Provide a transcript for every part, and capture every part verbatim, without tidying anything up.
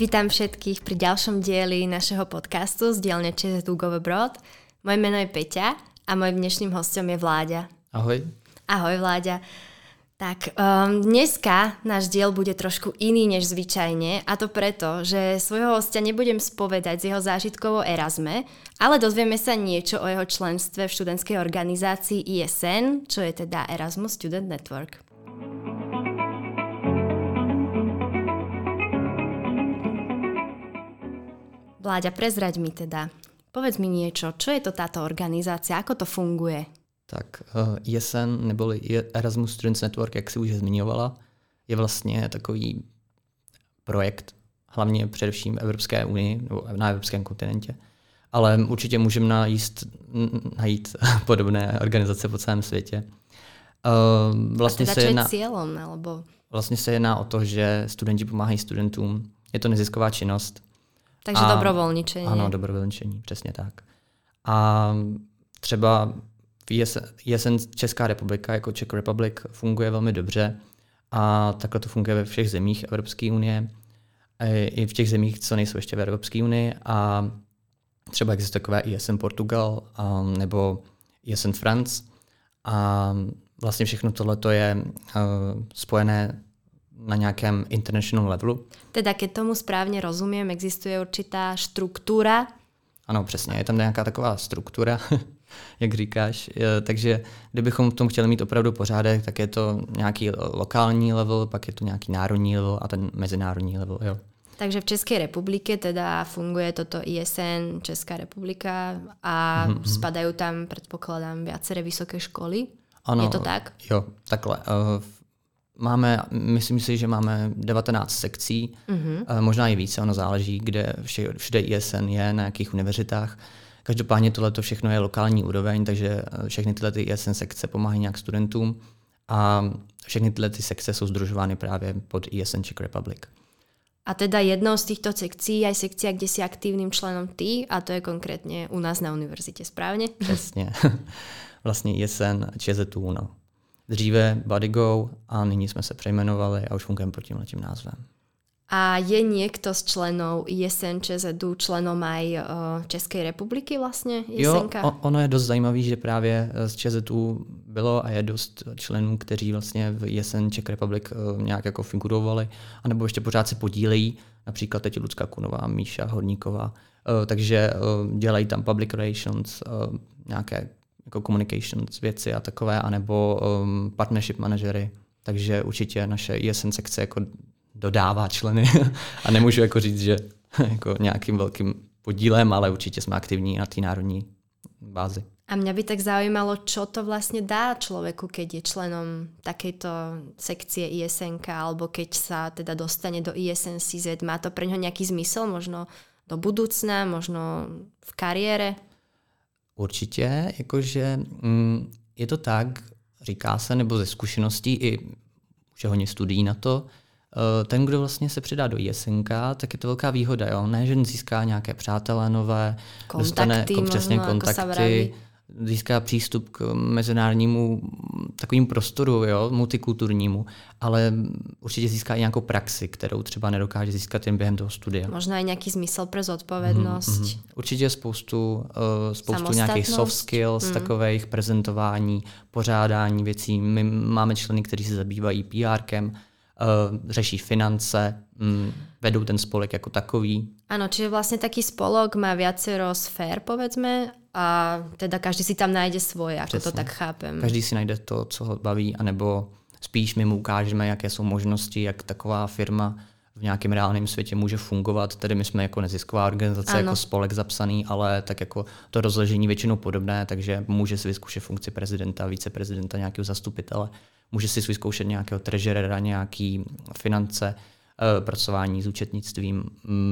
Vítam všetkých pri ďalšom dieli našeho podcastu z dielne ČSSD Go Abroad. Moje meno je Peťa a mojím dnešným hostom je Vláďa. Ahoj. Ahoj Vláďa. Tak um, dneska náš diel bude trošku iný než zvyčajne, a to preto, že svojho hostia nebudem spovedať z jeho zážitkov o Erasme, ale dozvieme sa niečo o jeho členstve v študentskej organizácii í es en, čo je teda Erasmus Student Network. Vláďa, prezraď mi teda. Povedz mi niečo, čo je to táto organizácia, ako to funguje? Tak uh, í es en neboli Erasmus Students Network, jak si už zmiňovala, je vlastně takový projekt, hlavně především Evropské unii, nebo na evropském kontinentě. Ale určitě můžeme najít, najít podobné organizace po celém světě. Uh, vlastně A teda se čo jedná, je cílem? Alebo... Vlastně se jedná o to, že studenti pomáhají studentům. Je to nezisková činnost. Takže a, dobrovolničení. Ano, dobrovolničení, přesně tak. A třeba í es en Česká republika jako Czech Republic funguje velmi dobře a takhle to funguje ve všech zemích Evropské unie, i v těch zemích, co nejsou ještě v Evropské unii, a třeba existuje takové í es en Portugal a, nebo í es en France a vlastně všechno tohleto je uh, spojené na nějakém international levelu. Teda keď tomu správně rozumím, existuje určitá štruktúra. Ano, přesně, je tam nějaká taková struktura, jak říkáš. Takže kdybychom v tom chtěli mít opravdu pořádek, tak je to nějaký lokální level, pak je to nějaký národní level a ten mezinárodní level. Jo. Takže v České republike teda funguje toto í es en Česká republika a mm-hmm. spadajú tam, predpokladám, viaceré vysoké školy. Ano, je to tak? Jo, takhle. Máme, myslím si, že máme devatenáct sekcí, mm-hmm. možná i více, ono záleží, kde vše, všude í es en je, na jakých univerzitách. Každopádně tohleto všechno je lokální úroveň, takže všechny tyhle í es en sekce pomáhají nějak studentům a všechny tyhle ty sekce jsou sdružovány právě pod í es en Czech Republic. A teda jednou z týchto sekcí je aj sekcia, kde si aktívnym členom ty, a to je konkrétně u nás na univerzitě, správně? Přesně. Vlastně í es en ČSSD, no. Dříve Bodygo a nyní jsme se přejmenovali a už fungujeme pod tímhletím názvem. A je niekto z členov í es en ČSSD členom aj uh, Českej republiky vlastně? Jo, ono je dost zajímavý, že právě z ČSSD bylo a je dost členů, kteří vlastně v í es en Czech Republic uh, nějak jako figurovali, anebo ještě pořád se podílejí, například teď Lucka Kunová, Míša Horníková, uh, takže uh, dělají tam public relations, uh, nějaké jako communications věci a takové, anebo um, partnership manažery. Takže určitě naše í es en sekce jako dodává členy a nemůžu jako říct, že jako nějakým velkým podílem, ale určitě jsme aktivní na té národní bázi. A mňa by tak zaujímalo, čo to vlastne dá človeku, keď je členom takejto sekcie í es en ká, alebo keď sa teda dostane do í es en cé zet. Má to pre ňo nejaký zmysel, možno do budúcna, možno v kariére? Určitě, jakože mm, je to tak, říká se, nebo ze zkušeností i už je hodně studií na to, ten, kdo vlastně se přidá do í es en ká, tak je to velká výhoda. Jo? Ne, že získá nějaké přátelé nové, kontakty, dostane jako přesně možno, kontakty, získá přístup k mezinárodnímu takovým prostoru, jo, multikulturnímu, ale určitě získá i nějakou praxi, kterou třeba nedokáže získat jen během toho studia. Možná i nějaký zmysl pro zodpovědnost. Mm, mm. Určitě spoustu, uh, spoustu nějakých soft skills, mm. takových prezentování, pořádání věcí. My máme členy, kteří se zabývají pé érkem, uh, řeší finance, um, vedou ten spolek jako takový. Áno, čiže vlastne taký spolok má viacero sfér, povedzme, a teda každý si tam najde svoje, ako Přesně. To tak chápem. Každý si najde to, co ho baví, anebo spíš my mu ukážeme, jaké jsou možnosti, jak taková firma v nějakém reálném světě může fungovat. Tedy my jsme jako nezisková organizace, ano. Jako spolek zapsaný, ale tak jako to rozložení většinou podobné, takže může si vyzkoušet funkci prezidenta, viceprezidenta, nějakého zastupitele, může si vyzkoušet nějakého treasurera, nějaký finance, pracování s účetnictvím,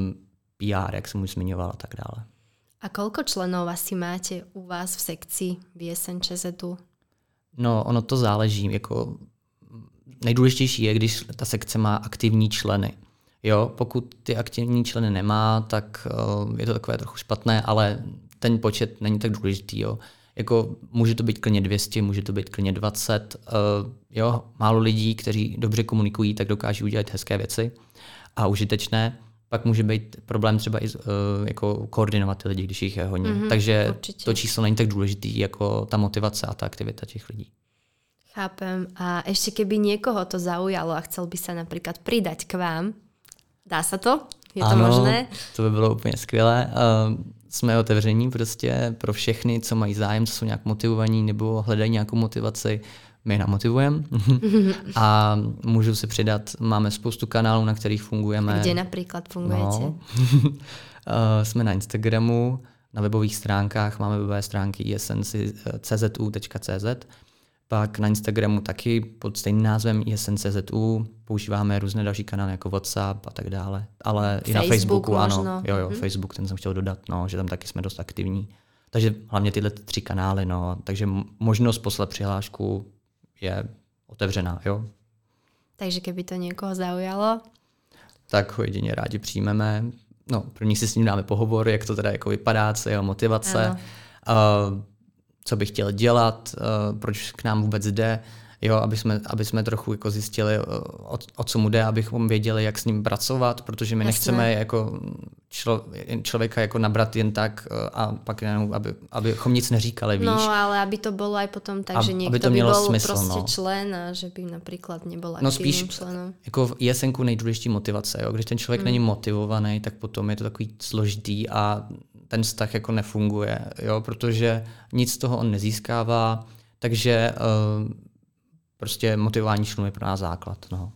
pé ér, jak jsem už zmiňovala, a tak dále. A koľko členov asi máte u vás v sekci v í es en ČSSD? No, ono to záleží. Jako nejdůležitější je, když ta sekce má aktivní členy. Jo, pokud ty aktivní členy nemá, tak uh, je to takové trochu špatné, ale ten počet není tak důležitý. Jo. Jako může to být klidně dvě stě, může to být klidně dvacet. Uh, jo, málo lidí, kteří dobře komunikují, tak dokáží udělat hezké věci a užitečné. pak může být problém třeba i uh, jako koordinovat ty lidi, když jich je hodně. Mm-hmm, Takže určitě. To číslo není tak důležitý jako ta motivace a ta aktivita těch lidí. Chápem. A ešte keby niekoho to zaujalo a chcel by sa napríklad pridať k vám, dá sa to? Je to ano, možné? To by bylo úplně skvělé. Uh, jsme otevření prostě pro všechny, co mají zájem, co jsou nějak motivovaní nebo hledají nějakou motivaci. My je namotivujeme a můžu se přidat. Máme spoustu kanálů, na kterých fungujeme. Kde například fungujete? No. Jsme na Instagramu, na webových stránkách, máme webové stránky i s n c z u tečka c z. Pak na Instagramu taky pod stejným názvem i s n c z u. Používáme různé další kanály jako WhatsApp a tak dále. Ale Facebook i na Facebooku, možno. Ano. Jo, jo, hmm. Facebook, ten jsem chtěl dodat, no, že tam taky jsme dost aktivní. Takže hlavně tyhle tři kanály, no. Takže možnost poslat přihlášku je otevřená, jo. Takže keby to někoho zaujalo? Tak ho jedině rádi přijmeme. No, první si s ním dáme pohovor, jak to teda jako vypadá, co je jeho motivace, uh, co by chtěl dělat, uh, proč k nám vůbec jde, jo, aby jsme, aby jsme trochu jako zjistili, o, o co mu jde, abychom věděli, jak s ním pracovat, protože my Jasné. nechceme jako člo, člověka jako nabrat jen tak a pak jenom, aby, abychom nic neříkali, víš. No, ale aby to bylo aj potom tak, Ab, že někdo by byl smysl, prostě no. člen a že by například nebyl aktivním no spíš, členem. Jako v I S N ku nejdůležitější motivace, jo. Když ten člověk mm. není motivovaný, tak potom je to takový složitý a ten vztah jako nefunguje, jo, protože nic z toho on nezískává, takže uh, prostě motivování členů je pro nás základ. No.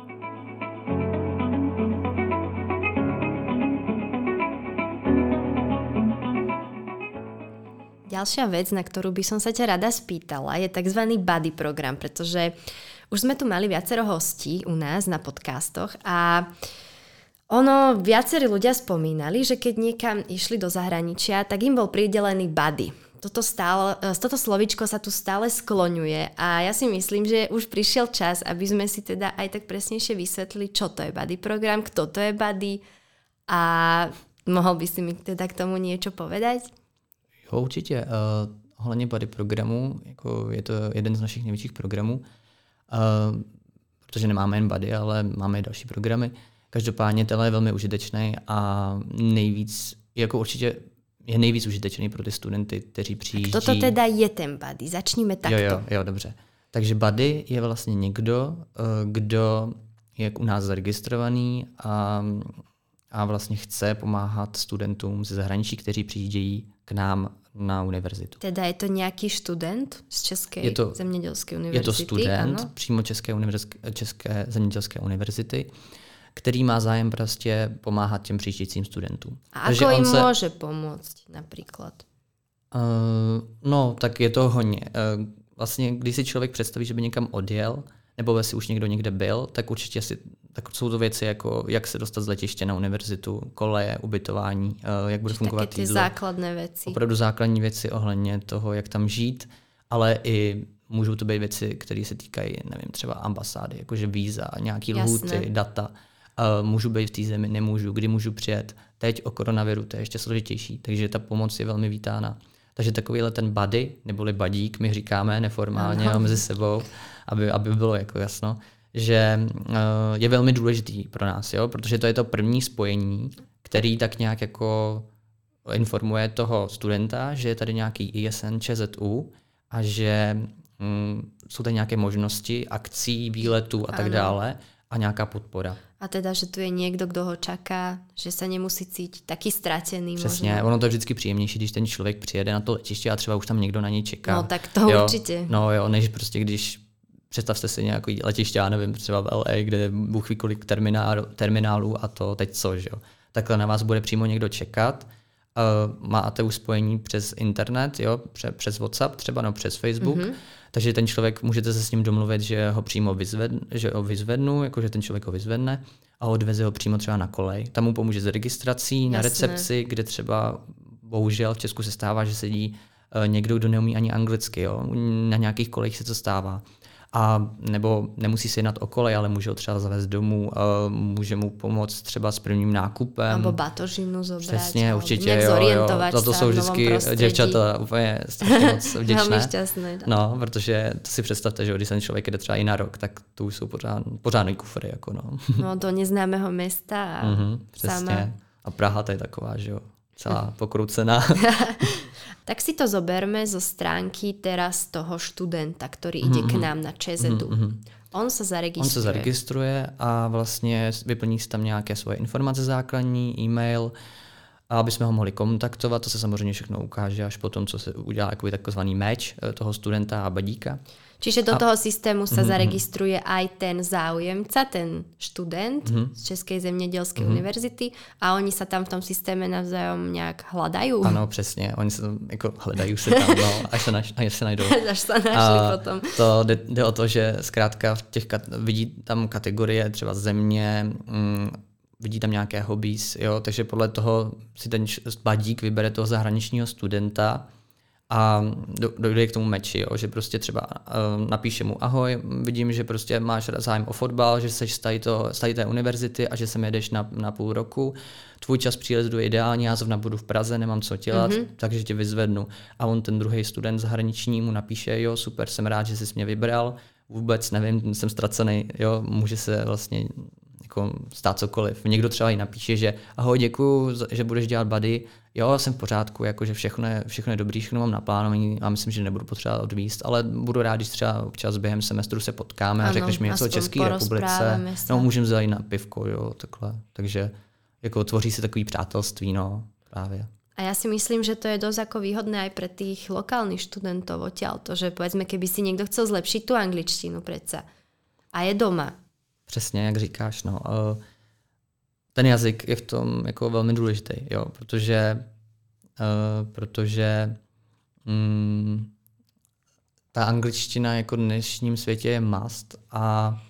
Ďalšia vec, na ktorú by som sa ťa rada spýtala, je tzv. Buddy program, pretože už sme tu mali viacero hostí u nás na podcastoch a ono, viacerí ľudia spomínali, že keď niekam išli do zahraničia, tak im bol pridelený buddy. Toto, stále, toto slovičko sa tu stále skloňuje a ja si myslím, že už prišiel čas, aby sme si teda aj tak presnejšie vysvetlili, čo to je buddy program, kto to je buddy a mohol by si mi teda k tomu niečo povedať? Jo, určitě. Uh, ohledně buddy programu, jako je to jeden z našich největších programů, uh, protože nemáme jen buddy, ale máme i další programy. Každopádně tenhle je velmi užitečný a nejvíc, jako určitě je nejvíc užitečný pro ty studenty, kteří přijíždí. A kdo to teda je ten buddy? Začníme takto. Jo, jo, jo, dobře. Takže buddy je vlastně někdo, kdo je u nás zaregistrovaný a, a vlastně chce pomáhat studentům ze zahraničí, kteří přijíždějí k nám na univerzitu. Teda je to nějaký student z České je to, zemědělské univerzity? Je to student ano? přímo České, České zemědělské univerzity, který má zájem prostě pomáhat těm přijíždějícím studentům. A Takže ako jim se, může pomoct například? Uh, no, tak je to hodně. Uh, vlastně, když si člověk představí, že by někam odjel, nebo si už někdo někde byl, tak určitě si, tak jsou to věci jako, jak se dostat z letiště na univerzitu, koleje, ubytování, uh, jak bude Či fungovat také jídlo. Ty základné věci. Opravdu základní věci ohledně toho, jak tam žít, ale i můžou to být věci, které se týkají, nevím, třeba ambasády, jakože víza, nějaký lhůty, data. Uh, můžu být v té zemi, nemůžu, kdy můžu přijet. Teď o koronaviru to je ještě složitější, takže ta pomoc je velmi vítána. Takže takovýhle ten buddy, neboli badík, my říkáme neformálně mezi sebou, aby, aby bylo jako jasno, že uh, je velmi důležitý pro nás, jo? Protože to je to první spojení, který tak nějak jako informuje toho studenta, že je tady nějaký I S N, Č Z U a že um, jsou tady nějaké možnosti, akcí, výletů a tak ano. dále a nějaká podpora. A teda, že tu je někdo, kdo ho čaká, že se nemusí cítit taky ztracený. Přesně, možná. Ono to je vždycky příjemnější, když ten člověk přijede na to letiště a třeba už tam někdo na něj čeká. No tak to jo? určitě. No jo, než prostě když, představte si nějaký letiště, já nevím, třeba v L A, kde bůh ví kolik terminál, terminálů a to teď co, že jo. Takhle na vás bude přímo někdo čekat. Uh, máte už spojení přes internet, jo, Pře- přes WhatsApp třeba, no přes Facebook, mm-hmm. takže ten člověk, můžete se s ním domluvit, že ho přímo vyzvednu, že ho vyzvednu, jakože ten člověk ho vyzvedne a odveze ho přímo třeba na kolej. Tam mu pomůže s registrací, Jasné. na recepci, kde třeba bohužel v Česku se stává, že sedí uh, někdo, kdo neumí ani anglicky, jo, na nějakých kolejích se to stává. A nebo nemusí se jednat o kolej, ale může ho třeba zavést domů, může mu pomoct třeba s prvním nákupem. Nebo batožinu zobrať. Přesně, určitě, jo, zorientovat jo. To jsou vždycky děvčata úplně strašně moc vděčné. Velmi šťastné. No, protože to si představte, že když ten člověk jde třeba i na rok, tak to už jsou pořád, pořádný kufry. Jako no. no, do neznámého města. A mm-hmm, přesně. Sama. A Praha to je taková, že jo, celá pokroucená. Tak si to zoberme zo stránky teraz toho študenta, který ide mm-hmm. k nám na ČZU. Mm-hmm. On se zaregistruje. On se zaregistruje a vlastně vyplní si tam nějaké svoje informace základní, e-mail, aby jsme ho mohli kontaktovat. To se samozřejmě všechno ukáže až potom, co se udělá takový takzvaný match toho studenta a badíka. Čiže do a... toho systému sa mm-hmm. zaregistruje aj ten záujemca, ten študent mm-hmm. z Českej zemědělské mm-hmm. univerzity a oni sa tam v tom systéme navzájom nějak hledají. Ano, přesně. Oni se tam jako hledají se tam, no, až se, naš, až se najdou. Až se našli a potom. To jde, jde o to, že zkrátka v těch kat- vidí tam kategorie třeba země, mm, vidí tam nějaké hobbies, jo, takže podle toho si ten badík vybere toho zahraničního studenta a dojde k tomu meči, jo, že prostě třeba uh, napíše mu ahoj, vidím, že prostě máš zájem o fotbal, že seš z tady té univerzity a že sem jedeš na, na půl roku. Tvůj čas příjezdu je ideální, já zrovna budu v Praze, nemám co dělat, mm-hmm. takže tě vyzvednu. A on ten druhý student zahraniční mu napíše, jo, super, jsem rád, že jsi mě vybral, vůbec nevím, jsem ztracený, jo, může se vlastně jako stát cokoliv. Někdo třeba i napíše, že ahoj, děkuju, že budeš dělat buddy, jo, jsem v pořádku, jakože všechno je, všechno je dobrý, všechno mám naplánovaný a myslím, že nebudu potřebovat odvíst, ale budu rád, když třeba občas během semestru se potkáme ano, a řekneš mi něco o České republice, no můžeme zajít na pivko, jo, takhle. Takže jako tvoří se takový přátelství, no, právě. A ja si myslím, že to je dosť ako výhodné aj pre tých lokálnych študentov odtiaľto, že povedzme, keby si niekto chcel zlepšiť tú angličtinu predsa a je doma. Přesně, jak říkáš, no. Ten jazyk je v tom jako velmi důležitý, jo, protože, uh, protože um, ta angličtina jako v dnešním světě je must a,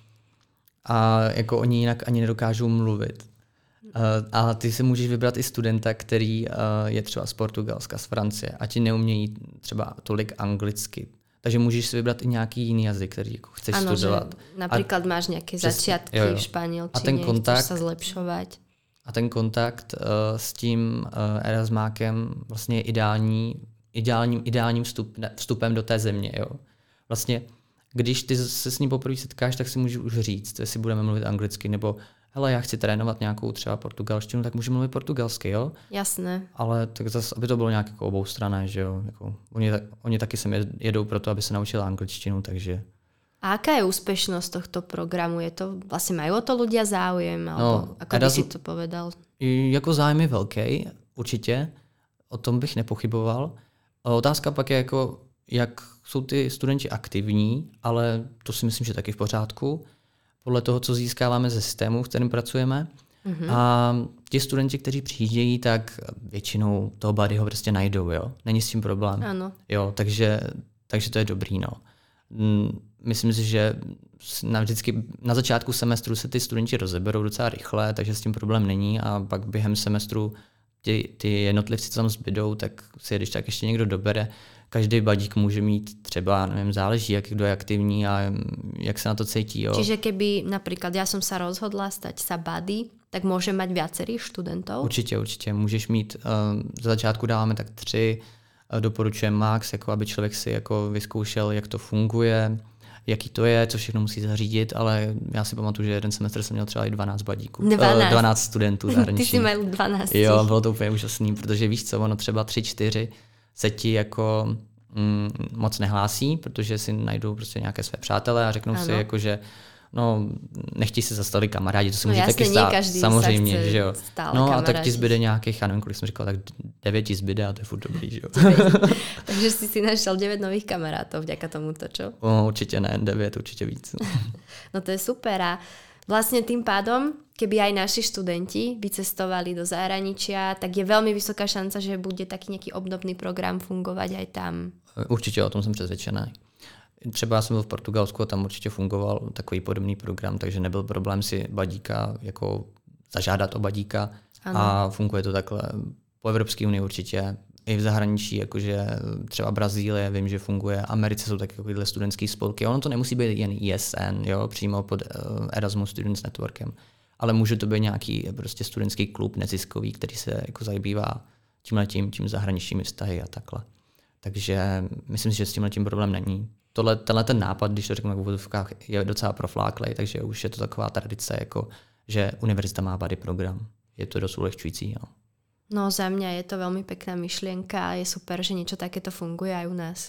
a jako oni jinak ani nedokážou mluvit. Uh, a ty si můžeš vybrat i studenta, který uh, je třeba z Portugalska, z Francie a ti neumějí třeba tolik anglicky. Takže můžeš si vybrat i nějaký jiný jazyk, který jako chceš ano, studovat. Například a máš nějaké začátky v španělčině, chceš se zlepšovat. A ten kontakt uh, s tím uh, Erasmákem vlastně je ideální, ideálním, ideálním vstup, vstupem do té země. Jo. Vlastně, když ty se s ním poprvé setkáš, tak si můžu už říct, jestli budeme mluvit anglicky, nebo hele, já chci trénovat nějakou třeba portugalštinu, tak můžu mluvit portugalsky, jo? Jasné. Ale tak zase, aby to bylo nějak jako oboustranné, že jo? Jako, oni, oni taky sem jedou proto, aby se naučili angličtinu, takže... A aká je úspešnosť tohto programu? Je to, vlastne majú o to ľudia záujem? Alebo no, ako by si to povedal? Jako zájem je velký, určitě. O tom bych nepochyboval. Otázka pak je jako, jak jsou ty studenti aktivní, ale to si myslím, že taky v pořádku. Podle toho, co získáváme ze systému, v kterém pracujeme. Mm-hmm. A ti studenti, kteří přijíždějí, tak většinou toho buddyho prostě najdou, jo. Není s tím problém. Ano. Jo, takže, takže to je dobrý, no. Myslím si, že na, vždycky na začátku semestru se ty studenti rozeberou docela rychle, takže s tím problém není a pak během semestru ty, ty jednotlivci, co tam zbydou, tak si když tak ještě někdo dobere. Každý badík může mít třeba, nevím, záleží, jak kdo je aktivní a jak se na to cítí. Jo. Čiže keby například já jsem se rozhodla stať sa buddy, tak může mať viacerých studentů? Určitě, určitě. Můžeš mít, uh, za začátku dáváme tak tři, uh, doporučujeme max, jako aby člověk si jako vyzkoušel, jak to funguje, jaký to je, co všechno musí zařídit, ale já si pamatuju, že jeden semestr jsem měl třeba i dvanáct badíků. dvanáct. Uh, dvanáct studentů zahraničních. Ty jsi měl dvanáct. Jo, bylo to úplně úžasný, protože víš co, ono třeba tři, čtyři se ti jako mm, moc nehlásí, protože si najdou prostě nějaké své přátelé a řeknou ano. si jako, že no, nechtějí se zastavit kamarádi, to se no může jasně, taky stát, samozřejmě, že jo. No a tak ti zbyde nějakých, já nevím, kolik jsem říkal, tak devět ti zbyde a to je furt dobrý, že jo. Takže jsi si našel devět nových kamarátov vďaka tomuto, čo? No, určitě ne, devět, určitě víc. No to je super a vlastne tým pádom, keby aj naši študenti vycestovali do zahraničia, tak je veľmi vysoká šanca, že bude taký nejaký obdobný program fungovať aj tam. Určitě, o tom jsem přesvědčený. Třeba já jsem byl v Portugalsku a tam určitě fungoval takový podobný program, takže nebyl problém si badíka jako zažádat o badíka ano. A funguje to takhle. Po Evropské unii určitě i v zahraničí, jakože třeba Brazílie, vím, že funguje, Americe jsou taky takovýhle studentský spolky. Ono to nemusí být jen I S N, jo, přímo pod uh, Erasmus Students Networkem, ale může to být nějaký prostě studentský klub neziskový, který se jako zabývá tímhletím, tím zahraničními vztahy a takhle. Takže myslím si, že s tímhletím problém není. Tohle, tenhle ten nápad, když to řeknu v úvodovkách, je docela profláklej, takže už je to taková tradice, jako že univerzita má buddy program. Je to dost ulehčující. Jo. No za mňa je to veľmi pekná myšlienka a je super, že niečo takéto funguje aj u nás.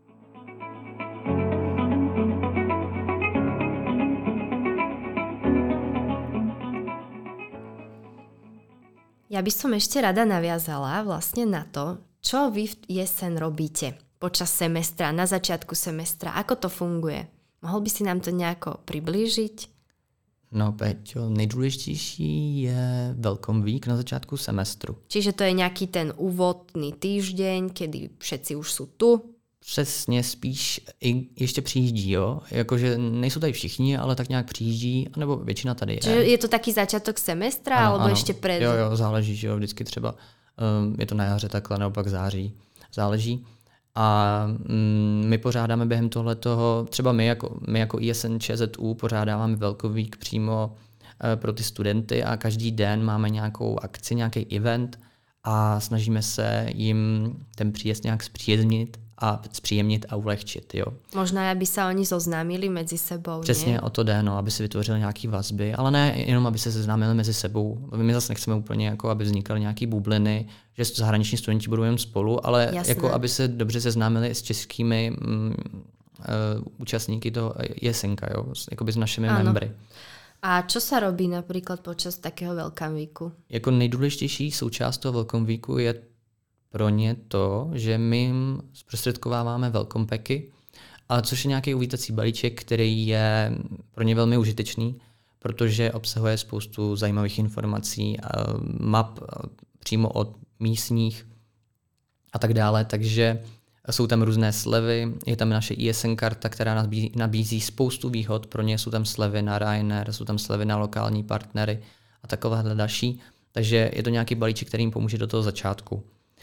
Ja by som ešte rada naviazala vlastne na to, čo vy v jesen robíte počas semestra, na začiatku semestra, ako to funguje. Mohol by si nám to nejako priblížiť? No, Peťo, nejdůležitější je Welcome Week na začátku semestru. Čiže to je nějaký ten úvodný týždeň, kedy všetci už jsou tu? Přesně, spíš i ještě přijíždí, jo. Jakože nejsou tady všichni, ale tak nějak přijíždí, nebo většina tady je. Čiže je to taký začátek semestra, ano, alebo ano. ještě před? Jo, jo, záleží, že jo, vždycky třeba um, je to na jaře takhle, nebo pak září, záleží. A mm, my pořádáme během tohletoho, třeba my jako, my jako I S N Č Z U pořádáme Welcome Week přímo e, pro ty studenty a každý den máme nějakou akci, nějaký event a snažíme se jim ten příjezd nějak zpříjemnit a zpříjemnit a ulehčit. Jo. Možná, aby se oni zoznámili mezi sebou. Přesně nie? O to jde, no, aby si vytvořili nějaký vazby, ale ne jenom, aby se seznámili mezi sebou. My zase nechceme úplně, jako, aby vznikaly nějaké bubliny, že zahraniční studenti budou jen spolu, ale jako, aby se dobře seznámili s českými mm, uh, účastníky toho jesenka, jo, jakoby s našimi ano. membry. A čo sa robí napríklad počas takého Welcome Weeku? Jako nejdůležitější součást toho Welcome Weeku je pro ně to, že my jim zprostředkováváme welcome packy, a což je nějaký uvítací balíček, který je pro ně velmi užitečný, protože obsahuje spoustu zajímavých informací, map přímo od místních a tak dále, takže jsou tam různé slevy, je tam naše I S N karta, která nabízí spoustu výhod, pro ně jsou tam slevy na Ryanair, jsou tam slevy na lokální partnery a takovéhle další, takže je to nějaký balíček, který jim pomůže do toho začátku.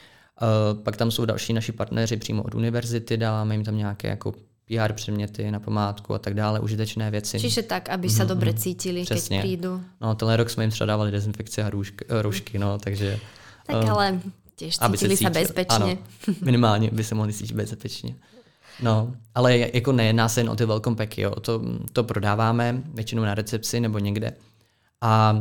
Uh, pak tam jsou další naši partneři přímo od univerzity, dáváme jim tam nějaké jako P R předměty na památku a tak dále, užitečné věci. Čiže tak, aby se mm-hmm. dobře cítili, přesně. keď prídu. No, tenhle rok jsme jim třeba dávali dezinfekci a růžky, roušky, no, takže... Tak um, ale těž cítili se, se bezpečně. Ano, minimálně by se mohli cítit bezpečně. No, ale jako nejedná se jen o ty welcome packy, jo, to, to prodáváme většinou na recepci nebo někde. A...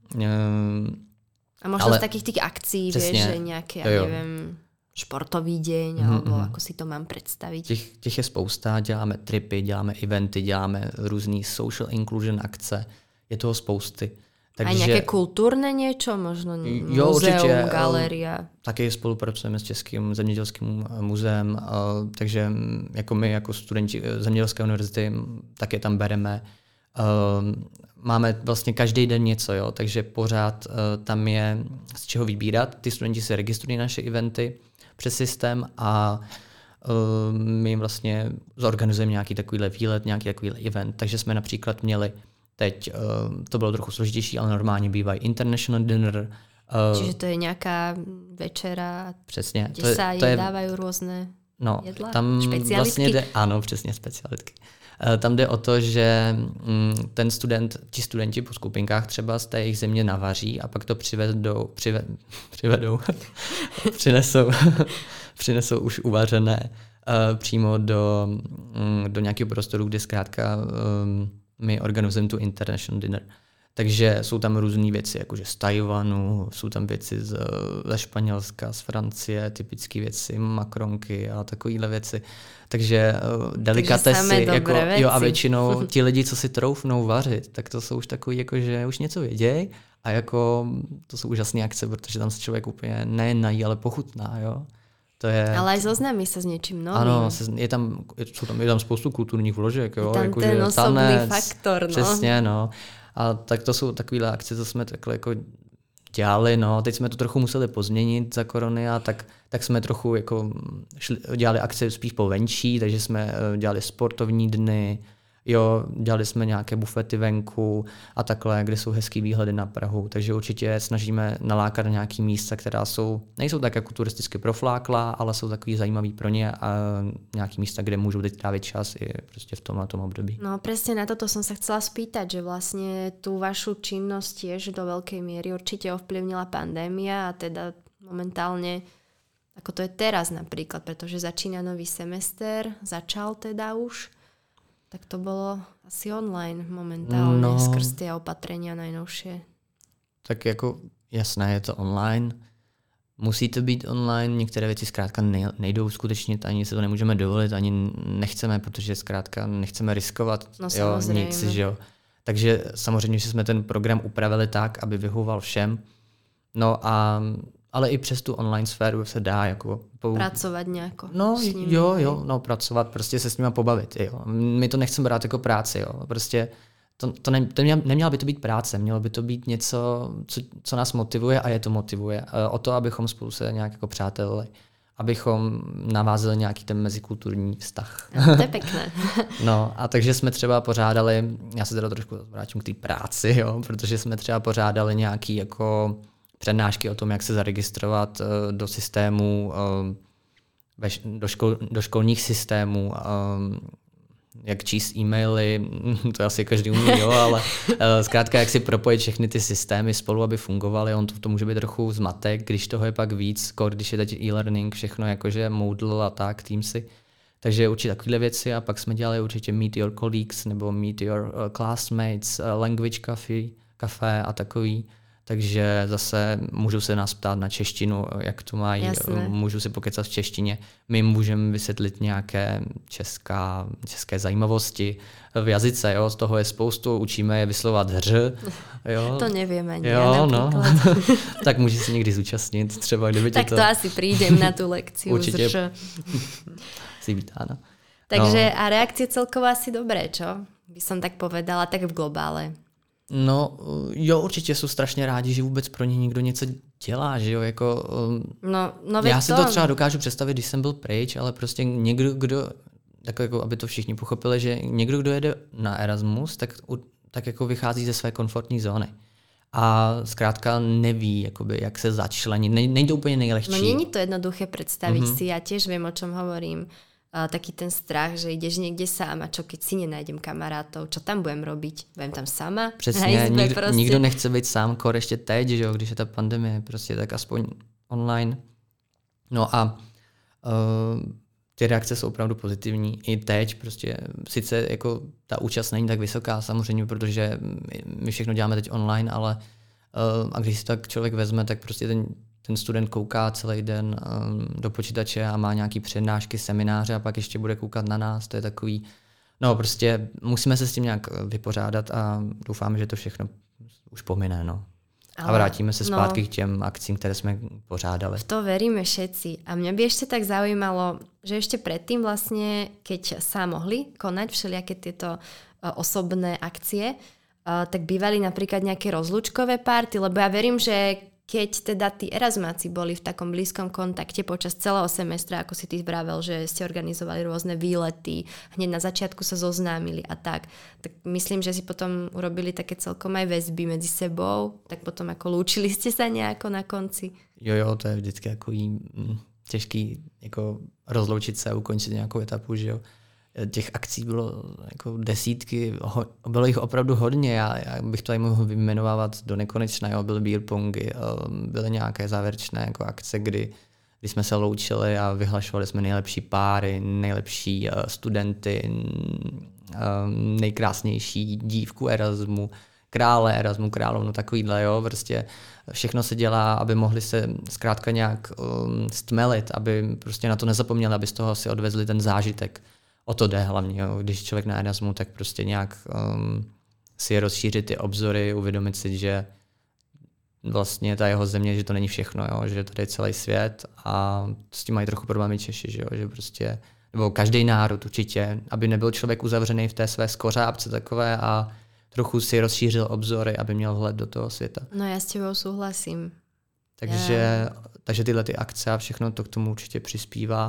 Um, A možno ale z takých tých akcií, přesně, vieš, že nejaké, ja neviem, športový deň, mm-hmm. alebo ako si to mám představit. Těch, těch je spousta, děláme tripy, děláme eventy, děláme různý social inclusion akce, je toho spousty. Takže, a nějaké kulturné něco, možno jo, muzeum, určitě, galeria. Taky spolupracujeme s Českým zemědělským muzeem, takže jako my jako studenti Zemědělské univerzity taky tam bereme. Máme vlastně každý den něco, jo, takže pořád uh, tam je z čeho vybírat. Ty studenti se registrují na naše eventy přes systém a uh, my jim vlastně zorganizujeme nějaký takovýhle výlet, nějaký takovýhle event. Takže jsme například měli teď, uh, to bylo trochu složitější, ale normálně bývají international dinner. Uh, Čiže to je nějaká večera, přesně, kde to je, se to je, dávají různé no, jedla, tam vlastně jde, ano, přesně, specialitky. Tam jde o to, že ten student, ti studenti po skupinkách třeba z té jejich země navaří a pak to přivedou, přive, přivedou, přinesou, přinesou už uvařené uh, přímo do, um, do nějakého prostoru, kde zkrátka um, my organizujeme tu international dinner. Takže jsou tam různé věci, jakože z Tajvanu, jsou tam věci z, ze Španělska, z Francie, typické věci, makronky a takovéhle věci. Takže uh, delikatesy, jako, jo, a většinou ti lidi, co si troufnou vařit, tak to jsou už takový, jako, že už něco vědějí a jako to jsou úžasné akce, protože tam se člověk úplně nejen nají, ale pochutná, jo. To je... Ale aj zoznámí se s něčím novým. Ano, je tam, jsou tam, je tam spoustu kulturních vložek, jo. Je tam jako, ten osobný tanec, faktor, no. Přesně, no. A tak to jsou takovéhle akce, co jsme takhle jako dělali, no. Teď jsme to trochu museli pozměnit za korony a tak, tak jsme trochu jako šli, dělali akce spíš po venčí, takže jsme dělali sportovní dny, Jo, dělali jsme nějaké bufety venku a takhle, kde jsou hezký výhledy na Prahu, takže určitě snažíme nalákat na nějaký místa, která jsou, nejsou tak jako turisticky profláklá, ale jsou takový zajímavý pro ně a nějaký místa, kde můžou teď trávit čas i prostě v tomhle tom období. No presne na toto som sa chcela spýtať, že vlastne tú vašu činnosť tiež do veľkej miery určite ovplyvnila pandémia a teda momentálne ako to je teraz napríklad, pretože začína nový semester, začal teda už, tak to bolo asi online momentálne no, skrz tie opatrenia najnovšie. Tak jako jasné, je to online. Musí to být online, některé věci zkrátka nejdou skutečnit, ani se to nemůžeme dovolit, ani nechceme, protože zkrátka nechceme riskovat no, jo, nic. Že jo. Takže samozřejmě, že jsme ten program upravili tak, aby vyhovoval všem. No a ale i přes tu online sféru se dá jako... Pou... Pracovat nějako. No jo, jo, no pracovat, prostě se s nima pobavit, jo. My to nechceme brát jako práci, jo. Prostě to, to, ne, to neměla, neměla by to být práce, mělo by to být něco, co, co nás motivuje a je to motivuje. O to, abychom spolu se nějak jako přátelili, abychom navázali nějaký ten mezikulturní vztah. No, to je pěkné. No a takže jsme třeba pořádali, já se teda trošku vrátím k té práci, jo, protože jsme třeba pořádali nějaký jako přednášky o tom, jak se zaregistrovat do systému, do, škol, do školních systémů, jak číst e-maily, to asi každý umí, jo, ale zkrátka jak si propojit všechny ty systémy spolu, aby fungovaly. On to, to může být trochu zmatek, když toho je pak víc, když je teď e-learning, všechno jakože Moodle a tak, Teamsy. Takže určitě takovéhle věci a pak jsme dělali určitě Meet Your Colleagues nebo Meet Your Classmates, Language Cafe, Café a takový. Takže zase můžou se nás ptát na češtinu, jak to mají, Jasné. Můžu si pokecat v češtině. My můžeme vysvětlit nějaké česká, české zajímavosti v jazyce, jo, z toho je spoustu, učíme je vyslovovat hř. Jo. To nevím ani jo, já no. Tak můžeš se někdy zúčastnit, třeba kdyby tak tě to... to asi přijdem na tu lekci. Určitě si vítána. Takže no. A reakcie celkovo asi dobré, čo? By som tak povedala, tak v globále. No jo, určitě jsou strašně rádi, že vůbec pro ně někdo něco dělá, že jo, jako... No, no já si to... to třeba dokážu představit, když jsem byl pryč, ale prostě někdo, kdo, tak jako, aby to všichni pochopili, že někdo, kdo jede na Erasmus, tak, tak jako vychází ze své komfortní zóny. A zkrátka neví, jakoby, jak se začlenit. Nejde úplně nejlehčí. No není to jednoduché představit mm-hmm. si, já tiež vím, o čom hovorím. Uh, taký ten strach, že ideš niekde sám a čo keď si nenájdem kamarátov, čo tam budem robiť? Budem tam sama? Přesně, nikdo, prostě. nikdo nechce být sám, kor ještě teď, že jo, když je ta pandemie, prostě tak aspoň online. No a uh, ty reakce jsou opravdu pozitivní. I teď prostě, sice jako ta účast není tak vysoká samozřejmě, protože my všechno děláme teď online, ale uh, a když si tak člověk vezme, tak prostě ten ten student kouká celý den um, do počítače a má nějaký přednášky, semináře a pak ještě bude koukat na nás. To je takový, no prostě musíme se s tím nějak vypořádat a doufáme, že to všechno už pomine, no. Ale, a vrátíme se zpátky no, k těm akcím, které jsme pořádali. V to veríme všetci. A mňa by ešte tak zaujímalo, že ešte predtým vlastne, keď sa mohli konať všelijaké tieto uh, osobné akcie, uh, tak bývali napríklad nejaké rozlúčkové party, lebo ja verím, že keď teda tí Erasmáci boli v takom blízkom kontakte počas celého semestra, ako si ty vravel, že ste organizovali rôzne výlety, hneď na začiatku sa zoznámili a tak, tak myslím, že si potom urobili také celkom aj väzby medzi sebou, tak potom ako lúčili ste sa nejako na konci? Jo, jo, to je vždycky takový těžký jako rozloučit se a ukončit nějakou etapu, že jo. Těch akcí bylo jako desítky, ho, bylo jich opravdu hodně, já, já bych to tady mohl vyjmenovávat do nekonečna, jo. Byly beer pongy, byly nějaké závěrečné jako akce, kdy, kdy jsme se loučili a vyhlašovali jsme nejlepší páry, nejlepší studenty, nejkrásnější dívku Erasmu, krále Erasmu, královnu, takovýhle, jo, prostě všechno se dělá, aby mohli se zkrátka nějak um, stmelit, aby prostě na to nezapomněli, aby z toho si odvezli ten zážitek. O to jde hlavně, jo. Když člověk na Erasmu, tak prostě nějak um, si rozšířit ty obzory, uvědomit si, že vlastně ta jeho země, že to není všechno, jo, že tady je celý svět a s tím mají trochu problémy Češi, že, jo, že prostě, nebo každý národ určitě, aby nebyl člověk uzavřený v té své skořápce takové a trochu si rozšířil obzory, aby měl vhled do toho světa. No já s tebou souhlasím. Takže, yeah. takže tyhle ty akce a všechno to k tomu určitě přispívá.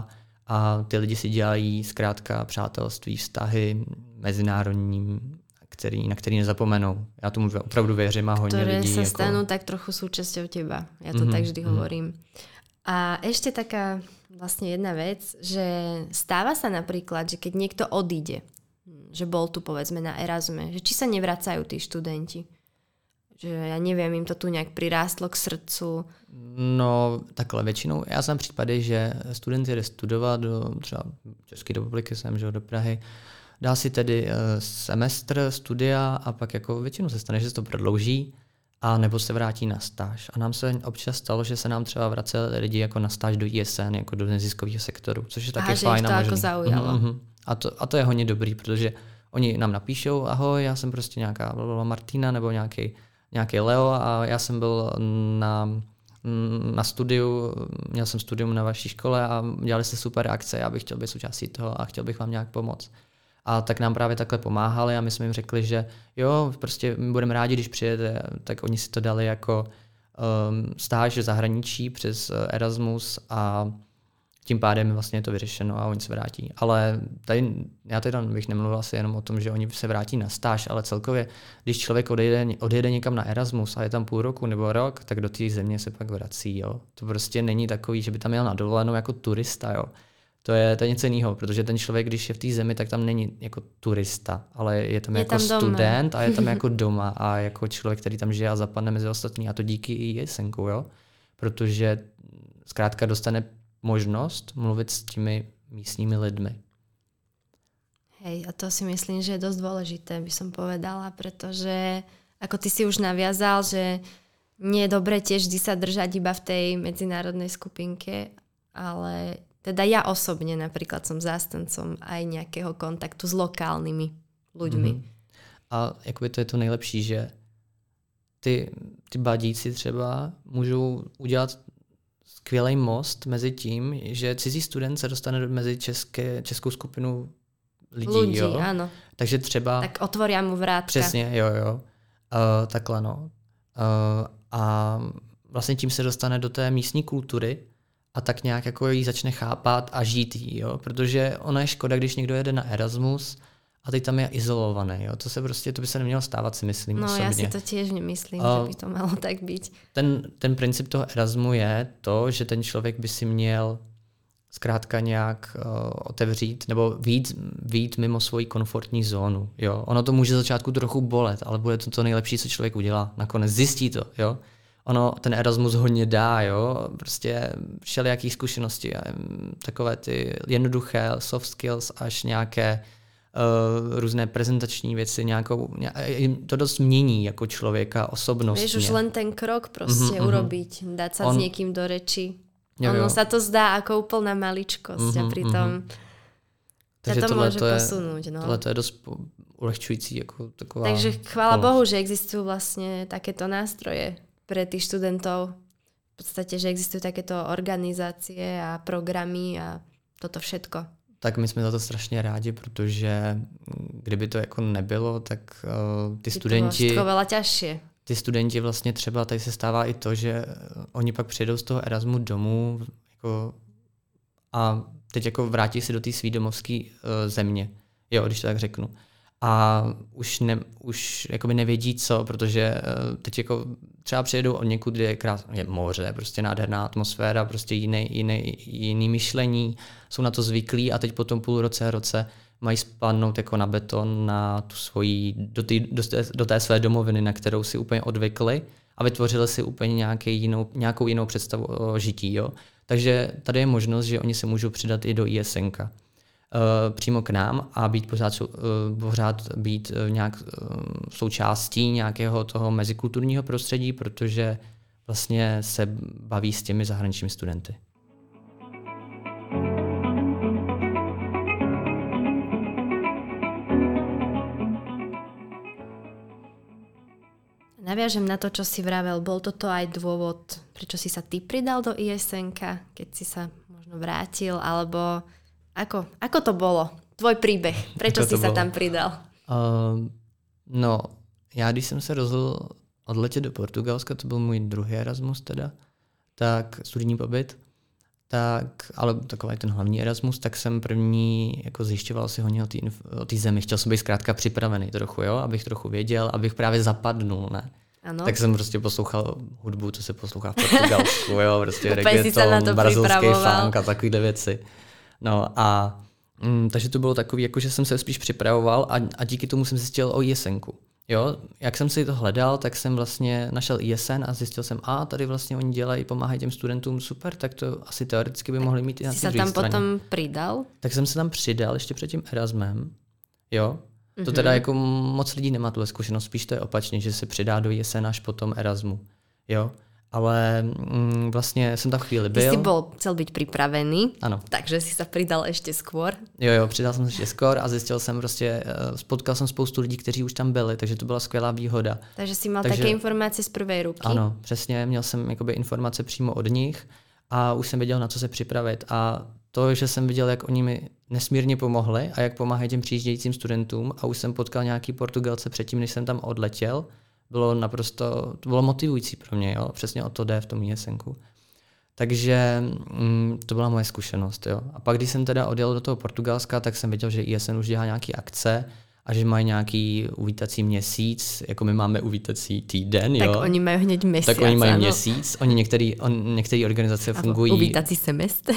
a ty lidi si dělají zkrátka přátelství, vztahy mezinárodní, který, na který nezapomenou. Já tomu opravdu věřím a hodně Ktoré lidí. sa jako... stanú tak trochu súčasťou teba. Ja to mm-hmm. tak vždy hovorím. A ešte taká vlastne jedna vec, že stáva sa napríklad, že keď niekto odíde, že bol tu povedzme na Erasme, že či sa nevracajú tí študenti. Že ja neviem, im to tu nejak prirástlo k srdcu. No takhle většinou, já znám případy, že student jde studovat do třeba České republiky, sem, že do Prahy, dá si tedy semestr studia a pak jako většinou se stane, že se to prodlouží a nebo se vrátí na stáž. A nám se občas stalo, že se nám třeba vraceli lidi jako na stáž do I S N, jako do neziskového sektoru, což je taky fajn. A že jich to jako zaujalo. Mm-hmm. A, to, a to je hodně dobrý, protože oni nám napíšou, ahoj, já jsem prostě nějaká Martina nebo nějaký, nějaký Leo a já jsem byl na, na studiu, měl jsem studium na vaší škole a dělali jste super akce, já bych chtěl být součástí toho a chtěl bych vám nějak pomoct. A tak nám právě takhle pomáhali a my jsme jim řekli, že jo, prostě my budeme rádi, když přijede, tak oni si to dali jako um, stáž v zahraničí přes Erasmus a tím pádem vlastně je to vyřešeno a oni se vrátí. Ale tady, já teda bych nemluvil asi jenom o tom, že oni se vrátí na stáž, ale celkově, když člověk odjede, odjede někam na Erasmus a je tam půl roku nebo rok, tak do té země se pak vrací. Jo. To prostě není takový, že by tam jel na dovolenou jako turista. Jo. To je, to je něco jiného, protože ten člověk, když je v té zemi, tak tam není jako turista, ale je tam je jako tam student a je tam jako doma a jako člověk, který tam žije a zapadne mezi ostatní. A to díky i Jesenku, jo? Protože zkrátka dostane možnost mluvit s těmi místními lidmi. Hej, a to si myslím, že je dosť dôležité, by som povedala, pretože ako ty si už naviazal, že nie je dobre tiež vždy sa držať iba v tej medzinárodnej skupinke, ale teda ja osobne napríklad som zástancom aj nejakého kontaktu s lokálnymi ľuďmi. Mm-hmm. A jakoby to je to nejlepší, že ty, ty badíci třeba můžou udělat skvělý most mezi tím, že cizí student se dostane mezi české, českou skupinu lidí. Ľudí, jo? áno. Takže třeba... Tak otvoria mu vrátka. Přesně, jo, jo. Uh, takhle, no. Uh, a vlastně tím se dostane do té místní kultury a tak nějak jako ji začne chápat a žít jí, jo. Protože ona je škoda, když někdo jede na Erasmus a teď tam je izolovaný, jo. To se prostě, to by se nemělo stávat, si myslím no, osobně. No, já si to těž nemyslím, uh, že by to malo tak být. Ten, ten princip toho Erasmu je to, že ten člověk by si měl zkrátka nějak uh, otevřít nebo vyjít, vyjít mimo svoji komfortní zónu. Jo? Ono to může začátku trochu bolet, ale bude to to nejlepší, co člověk udělá. Nakonec zjistí to. Jo? Ono, ten Erasmus hodně dá, jo? Prostě všelijaký zkušenosti, takové ty jednoduché soft skills až nějaké uh, různé prezentační věci, nějakou, to dost mění jako člověka osobnostně. Víš, už len ten krok prostě mm-hmm, urobiť, dát sa On, s někým do reči. Jo, ono jo. sa to zdá ako úplná maličkosť mm-hmm, a pritom mm-hmm. to môže je, posunúť. No. Tohle to je dosť ulehčující. Jako taková Takže chvála Bohu, že existujú vlastne takéto nástroje pre tých študentov. V podstate, že existujú takéto organizácie a programy a toto všetko. Tak my jsme za to strašně rádi, protože kdyby to jako nebylo, tak uh, ty by studenti... To bylo veľa ťažšie. Ty studenti vlastně třeba, tady se stává i to, že oni pak přijedou z toho Erasmu domů jako, a teď jako vrátí se do té svý domovské uh, země, jo, když to tak řeknu. A už, ne, už jakoby nevědí co, protože uh, teď jako třeba přijedou od někud, kde je krásné, je moře, prostě nádherná atmosféra, prostě jiný, jiný, jiný myšlení, jsou na to zvyklí a teď po tom půl roce, roce mají spadnout jako na beton na tu svoji, do, tý, do, té, do té své domoviny, na kterou si úplně odvykli a vytvořili si úplně nějaký jinou, nějakou jinou představu o žití. Jo? Takže tady je možnost, že oni se můžou přidat i do ISNka. Uh, přímo k nám a být pořád, uh, pořád být uh, nějak uh, součástí nějakého toho mezikulturního prostředí, protože vlastně se baví s těmi zahraničními studenty. Naviažem na to, čo si vravel, bol toto aj dôvod, prečo si sa ty pridal do ISNka, keď si sa možno vrátil, alebo ako, ako to bolo? Tvoj príbeh, prečo si sa tam pridal? Uh, no, já když jsem se rozhodl odletět do Portugalska, to byl můj druhý Erasmus teda, tak studijní pobyt, tak, ale takový ten hlavní Erasmus, tak jsem první jako zjišťoval si hodně o té zemi. Chtěl jsem být zkrátka připravený trochu, jo, abych trochu věděl, abych právě zapadnul, ne? Ano. Tak jsem prostě poslouchal hudbu, co se poslouchá v Portugalsku, jo, prostě reggaeton, brazilský funk a takovýhle věci. No a mm, takže to bylo takový, jako že jsem se spíš připravoval a, a díky tomu jsem zjistil o I S N ku. Jo, jak jsem si to hledal, tak jsem vlastně našel I S N a zjistil jsem, a tady vlastně oni dělají, pomáhají těm studentům, super, tak to asi teoreticky by mohli mít i na té druhé straně. Jsi se tam potom přidal? Tak jsem se tam přidal ještě před tím Erasmem, jo. To mm-hmm. teda jako moc lidí nemá tuhle zkušenost, spíš to je opačně, že se přidá do I S N až potom Erasmu, jo. Ale mm, vlastně jsem tam chvíli byl. Ty jsi bol, chcel být připravený, ano. Takže si se přidal ještě skôr. Jo, jo, přidal jsem se ještě skôr a zjistil jsem prostě, spotkal jsem spoustu lidí, kteří už tam byli, takže to byla skvělá výhoda. Takže jsi mal takže, také informace z prvé ruky? Ano, přesně, měl jsem jakoby informace přímo od nich a už jsem věděl, na co se připravit. A to, že jsem viděl, jak oni mi nesmírně pomohli a jak pomáhají těm přijíždějícím studentům a už jsem potkal nějaký Portugalce předtím, než jsem tam odletěl, bylo naprosto, to bylo motivující pro mě, jo? Přesně o to jde v tom I S N ku. Takže mm, to byla moje zkušenost. Jo? A pak, když jsem teda odjel do toho Portugalska, tak jsem viděl, že I S N už dělá nějaké akce a že mají nějaký uvítací měsíc, jako my máme uvítací týden. Tak jo? oni mají hned měsíc. Tak oni mají ano. měsíc. Oni některý, on, některé organizace a fungují... Uvítací semestr.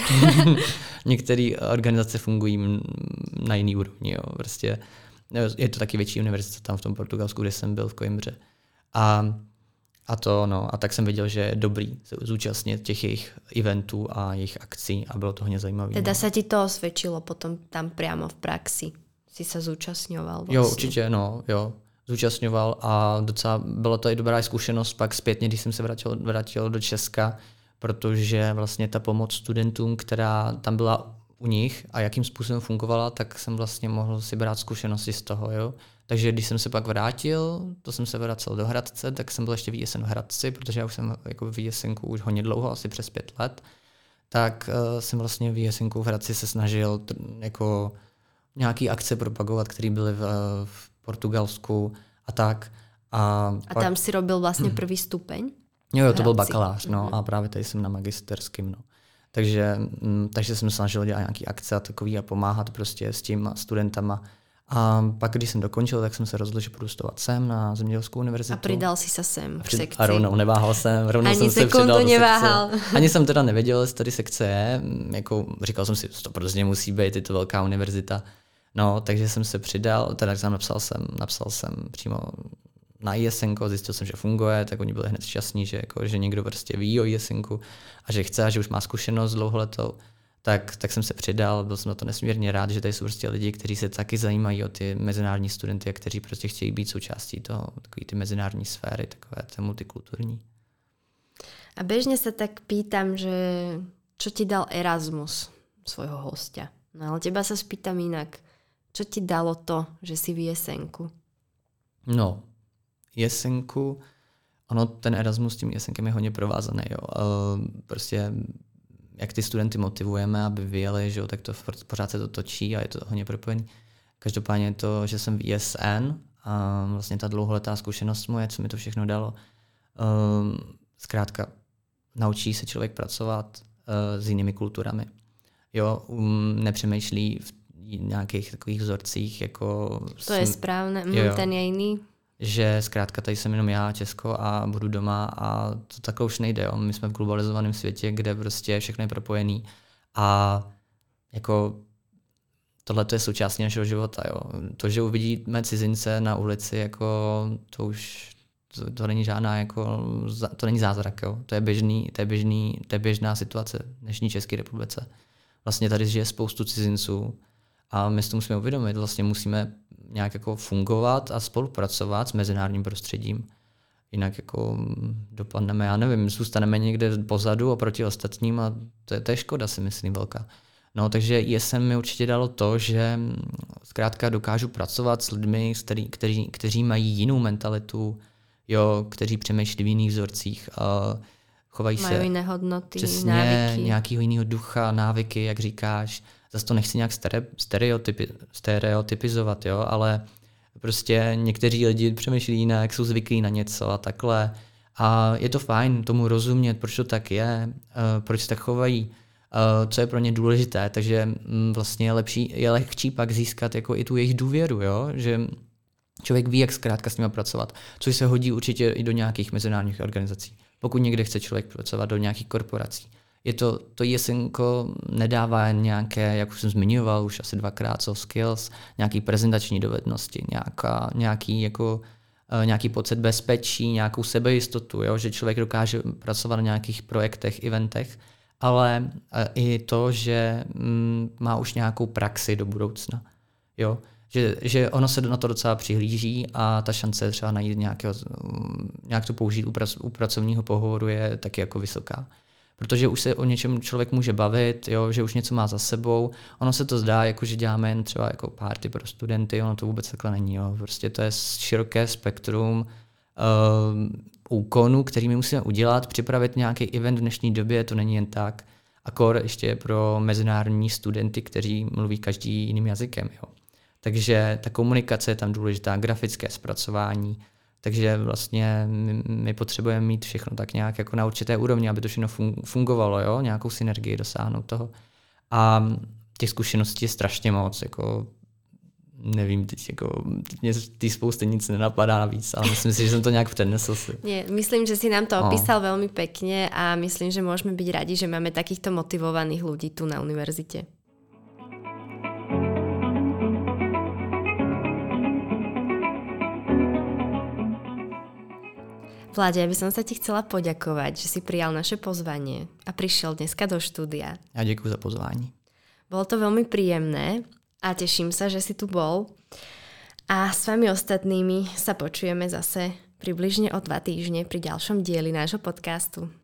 Některé organizace fungují na jiný úrovni. Jo? Prostě je to taky větší univerzita tam v tom Portugalsku, kde jsem byl v Coimbře. A, a to, no, a tak jsem viděl, že je dobrý se zúčastnit těch jejich eventů a jejich akcí a bylo to hodně zajímavé. Teda no. se ti to osvědčilo potom tam přímo v praxi? Si se zúčastňoval vlastně? Jo, určitě, no, jo. Zúčastňoval a docela byla to i dobrá zkušenost pak zpětně, když jsem se vrátil, vrátil do Česka, protože vlastně ta pomoc studentům, která tam byla u nich a jakým způsobem fungovala, tak jsem vlastně mohl si brát zkušenosti z toho, jo. Takže když jsem se pak vrátil, to jsem se vracel do Hradce, tak jsem byl ještě v I S N v Hradci, protože já už jsem jako v I S N ku už hodně dlouho, asi přes pět let, tak uh, jsem vlastně v I S N ku v Hradci se snažil t- jako nějaký akce propagovat, které byly v, v Portugalsku a tak. A, a pak... tam si robil vlastně první stupeň? Jo, jo, to byl bakalář, no, mm-hmm. a právě tady jsem na magisterském, no. Takže, m, takže jsem snažil dělat nějaký akce a takový a pomáhat prostě s tím studentama. A pak, když jsem dokončil, tak jsem se rozhodl, že půjdu studovat sem na Zemědělskou univerzitu. A přidal si se sem v sekci. A rovnou neváhal jsem, rovnou Ani jsem se přidal do neváhal. sekce. Ani jsem teda nevěděl, jestli tady sekce je. Jako, říkal jsem si, to prostě musí být, je to velká univerzita. No, takže jsem se přidal, teda jsem napsal jsem, napsal jsem přímo na I S N ko, zjistil jsem, že funguje, tak oni byli hned šťastní, že, jako, že někdo prostě ví o I S N ku a že chce a že už má zkušenost dlouholetou. Tak, tak jsem se přidal, byl jsem na to nesmírně rád, že tady jsou prostě lidi, kteří se taky zajímají o ty mezinárodní studenty a kteří prostě chtějí být součástí toho, takový ty mezinárodní sféry, takové ty multikulturní. A bežne sa tak pýtam, že čo ti dal Erasmus svojho hostia? No ale teba sa spýtam inak. Čo ti dalo to, že si v I S N ku? No, I S N ku, ono ten Erasmus s tím I S N kem je hodně provázaný, jo. Uh, prostě jak ty studenty motivujeme, aby vyjeli, že jo, tak to pořád se to točí a je to hodně propojený. Každopádně to, že jsem v I S N a vlastně ta dlouholetá zkušenost moje, co mi to všechno dalo, um, zkrátka naučí se člověk pracovat uh, s jinými kulturami. Jo, um, nepřemýšlí v nějakých takových vzorcích, jako... To jsem, je správné, jo, jo. Ten je jiný. Že zkrátka tady jsem jenom já, Česko a budu doma a to takhle už nejde. Jo. My jsme v globalizovaném světě, kde prostě všechno je propojený a jako tohle je součástí našeho života. Jo. To, že uvidíme cizince na ulici, jako to už to, to není žádná, jako, to není zázrak. Jo. To je běžný, to je běžný, to je běžná situace v dnešní České republice. Vlastně tady žije spoustu cizinců a my si to musíme uvědomit. Vlastně musíme nějak jako fungovat a spolupracovat s mezinárodním prostředím. Jinak jako dopadneme, já nevím, zůstaneme někde pozadu oproti ostatním a to je, to je škoda, si myslím, velká. No, takže I S N mi určitě dalo to, že zkrátka dokážu pracovat s lidmi, který, kteří, kteří mají jinou mentalitu, jo, kteří přemýšlí v jiných vzorcích a chovají mají se jiné hodnoty, přesně návyky. Nějakého jiného ducha, návyky, jak říkáš. Zase to nechci nějak stereotypi, stereotypizovat, jo, ale prostě někteří lidi přemýšlí jinak, jsou zvyklí na něco a takhle. A je to fajn tomu rozumět, proč to tak je, proč se tak chovají. co je pro ně důležité, takže vlastně je lepší, je lehčí pak získat jako i tu jejich důvěru, jo? Že člověk ví, jak zkrátka s nimi pracovat, což se hodí určitě i do nějakých mezinárodních organizací. Pokud někde chce člověk pracovat do nějakých korporací. Je to, to I S N nedává nějaké, jak už jsem zmiňoval, už asi dvakrát soft skills, nějaký prezentační dovednosti, nějaká, nějaký, jako, uh, nějaký pocit bezpečí, nějakou sebejistotu, jo? Že člověk dokáže pracovat na nějakých projektech, eventech, ale uh, i to, že mm, má už nějakou praxi do budoucna. Jo? Že, že ono se na to docela přihlíží a ta šance třeba najít nějakého, nějak to použít u, prac, u pracovního pohovoru je taky jako vysoká. Protože už se o něčem člověk může bavit, jo, že už něco má za sebou. Ono se to zdá, jako že děláme jen třeba jako party pro studenty, ono to vůbec takhle není. Jo. Prostě to je široké spektrum uh, úkonů, který my musíme udělat, připravit nějaký event v dnešní době, to není jen tak. Akor ještě pro mezinárodní studenty, kteří mluví každý jiným jazykem. Jo. Takže ta komunikace je tam důležitá, grafické zpracování, takže vlastně my, my potřebujeme mít všechno tak nějak jako na určité úrovni, aby to všechno fungovalo, jo? Nějakou synergii dosáhnout toho. A těch zkušeností je strašně moc, jako nevím, teď jako mě z té spousty nic nenapadá navíc, ale myslím si, že jsem to nějak přednesl si. Nie, myslím, že si nám to opísal no. veľmi pekne a myslím, že môžeme byť radi, že máme takýchto motivovaných ľudí tu na univerzite. Vláďa, ja by som sa ti chcela poďakovať, že si prijal naše pozvanie a prišiel dneska do štúdia. Ja ďakujem za pozvání. Bolo to veľmi príjemné a teším sa, že si tu bol. A s vami ostatnými sa počujeme zase približne o dva týždne pri ďalšom dieli nášho podcastu.